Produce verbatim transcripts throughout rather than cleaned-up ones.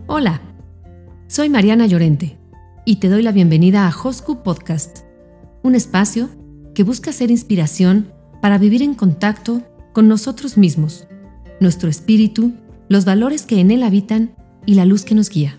Hola, soy Mariana Llorente y te doy la bienvenida a Hosku Podcast, un espacio que busca ser inspiración para vivir en contacto con nosotros mismos, nuestro espíritu, los valores que en él habitan y la luz que nos guía.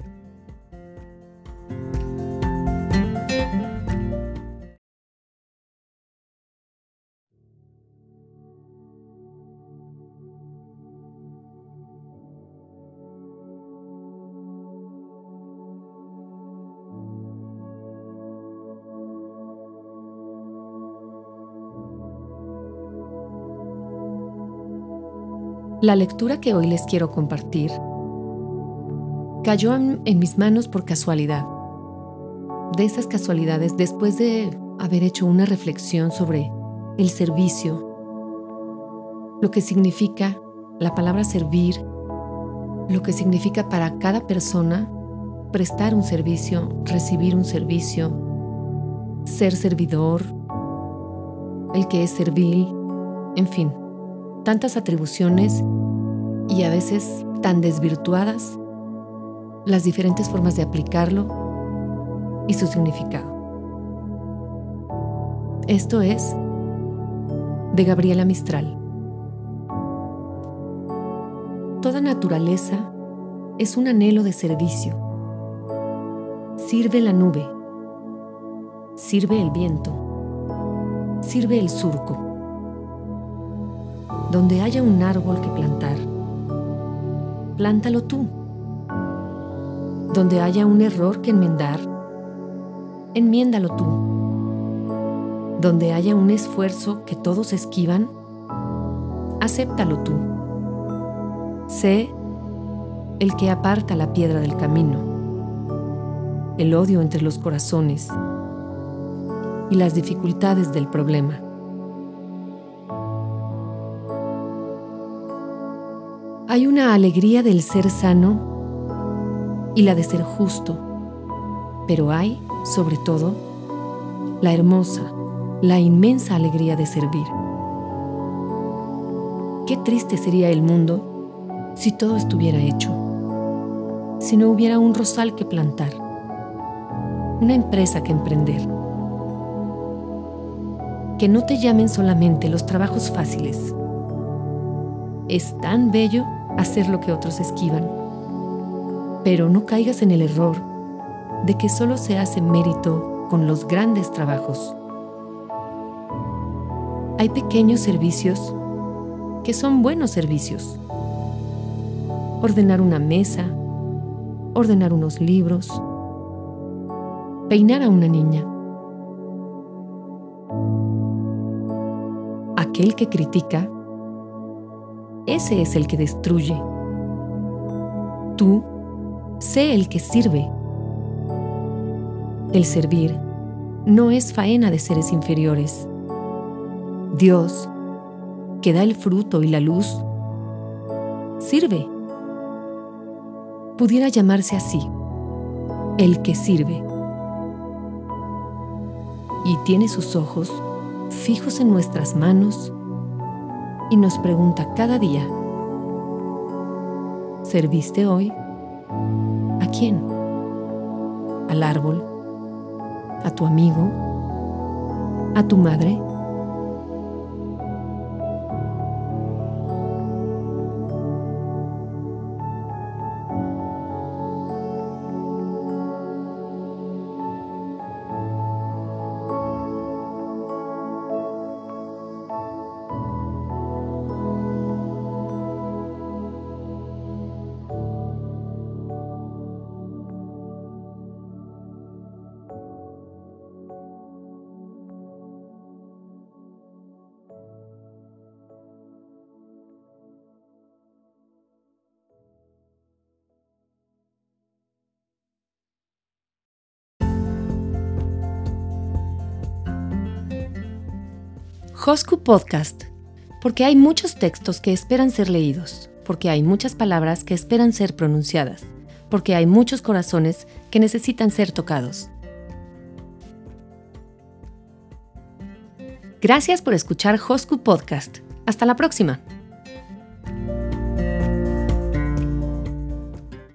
La lectura que hoy les quiero compartir cayó en, en mis manos por casualidad. De esas casualidades, después de haber hecho una reflexión sobre el servicio, lo que significa la palabra servir, lo que significa para cada persona prestar un servicio, recibir un servicio, ser servidor, el que es servil, en fin. Tantas atribuciones y a veces tan desvirtuadas las diferentes formas de aplicarlo y su significado. Esto es de Gabriela Mistral. Toda naturaleza es un anhelo de servicio. Sirve la nube, sirve el viento, sirve el surco. Donde haya un árbol que plantar, plántalo tú. Donde haya un error que enmendar, enmiéndalo tú. Donde haya un esfuerzo que todos esquivan, acéptalo tú. Sé el que aparta la piedra del camino, el odio entre los corazones y las dificultades del problema. Hay una alegría del ser sano y la de ser justo, pero hay, sobre todo, la hermosa, la inmensa alegría de servir. Qué triste sería el mundo si todo estuviera hecho, si no hubiera un rosal que plantar, una empresa que emprender. Que no te llamen solamente los trabajos fáciles. Es tan bello hacer lo que otros esquivan, pero no caigas en el error de que solo se hace mérito con los grandes trabajos. Hay pequeños servicios que son buenos servicios. Ordenar una mesa, ordenar unos libros, peinar a una niña. Aquel que critica, ese es el que destruye. Tú, sé el que sirve. El servir no es faena de seres inferiores. Dios, que da el fruto y la luz, sirve. Pudiera llamarse así, el que sirve. Y tiene sus ojos fijos en nuestras manos y nos pregunta cada día: ¿serviste hoy? ¿A quién? ¿Al árbol? ¿A tu amigo? ¿A tu madre? Hosku Podcast, porque hay muchos textos que esperan ser leídos, porque hay muchas palabras que esperan ser pronunciadas, porque hay muchos corazones que necesitan ser tocados. Gracias por escuchar Hosku Podcast. Hasta la próxima.